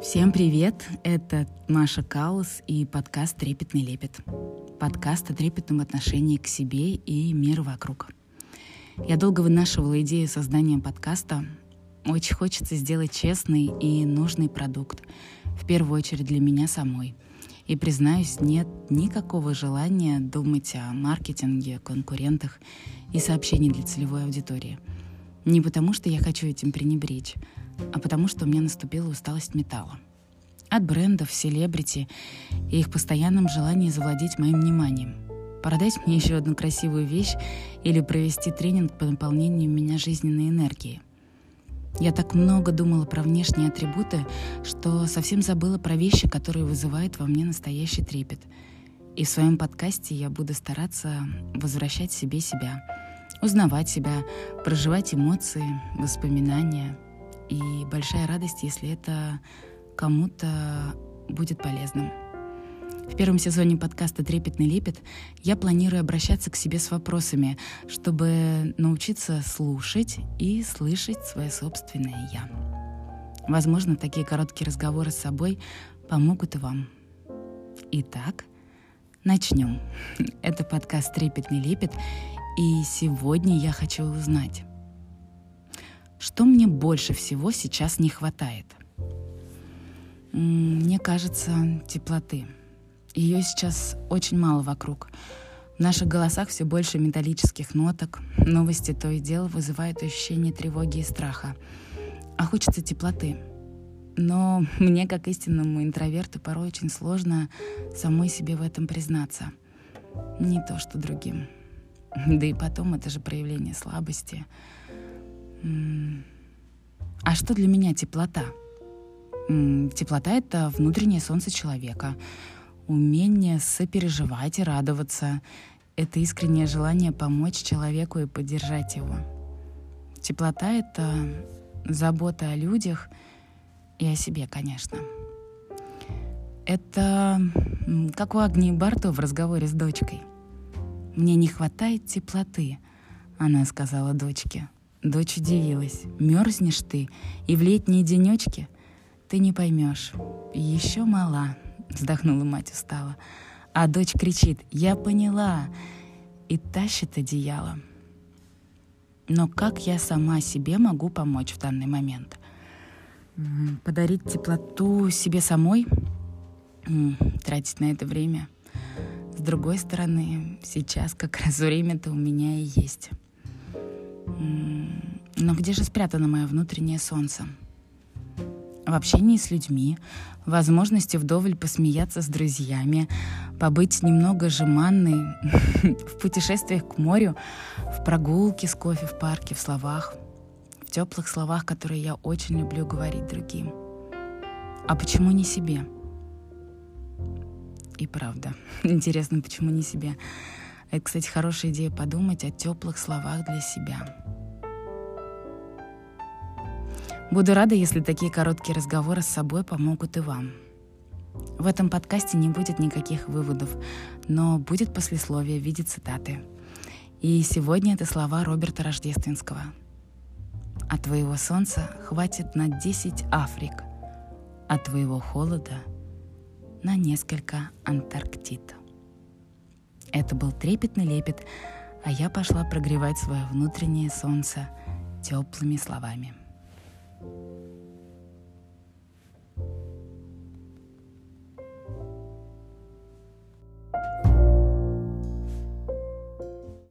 Всем привет! Это Маша Каус и подкаст «Трепетный лепет». Подкаст о трепетном отношении к себе и миру вокруг. Я долго вынашивала идею создания подкаста. Очень хочется сделать честный и нужный продукт, в первую очередь для меня самой. И, признаюсь, нет никакого желания думать о маркетинге, конкурентах и сообщении для целевой аудитории. Не потому, что я хочу этим пренебречь, а потому, что у меня наступила усталость металла. От брендов, селебрити и их постоянном желании завладеть моим вниманием. Продать мне еще одну красивую вещь или провести тренинг по наполнению меня жизненной энергией. Я так много думала про внешние атрибуты, что совсем забыла про вещи, которые вызывают во мне настоящий трепет. И в своем подкасте я буду стараться возвращать себе себя, узнавать себя, проживать эмоции, воспоминания. И большая радость, если это кому-то будет полезным. В первом сезоне подкаста «Трепетный лепет» я планирую обращаться к себе с вопросами, чтобы научиться слушать и слышать свое собственное «я». Возможно, такие короткие разговоры с собой помогут и вам. Итак, начнем. Это подкаст «Трепетный лепет», и сегодня я хочу узнать, что мне больше всего сейчас не хватает. Мне кажется, теплоты. Ее сейчас очень мало вокруг. В наших голосах все больше металлических ноток. Новости то и дело вызывают ощущение тревоги и страха. А хочется теплоты. Но мне, как истинному интроверту, порой очень сложно самой себе в этом признаться. Не то, что другим. Да и потом, это же проявление слабости. А что для меня теплота? Теплота — это внутреннее солнце человека, умение сопереживать и радоваться. Это искреннее желание помочь человеку и поддержать его. Теплота — это забота о людях и о себе, конечно. Это как у Агнии Барто в разговоре с дочкой. «Мне не хватает теплоты», — она сказала дочке. Дочь удивилась. «Мерзнешь ты, и в летние денечки? Ты не поймешь. Еще мала», — вздохнула мать устало. А дочь кричит: «Я поняла!» и тащит одеяло. Но как я сама себе могу помочь в данный момент? Подарить теплоту себе самой? Тратить на это время? С другой стороны, сейчас как раз время-то у меня и есть. Но где же спрятано мое внутреннее солнце? В общении с людьми, возможности вдоволь посмеяться с друзьями, побыть немного жеманной, в путешествиях к морю, в прогулке с кофе в парке, в словах, в теплых словах, которые я очень люблю говорить другим. А почему не себе? И правда, интересно, почему не себе? Это, кстати, хорошая идея подумать о теплых словах для себя. Буду рада, если такие короткие разговоры с собой помогут и вам. В этом подкасте не будет никаких выводов, но будет послесловие в виде цитаты. И сегодня это слова Роберта Рождественского. «От твоего солнца хватит на 10 Африк, от твоего холода на несколько Антарктид». Это был трепетный лепет, а я пошла прогревать свое внутреннее солнце теплыми словами.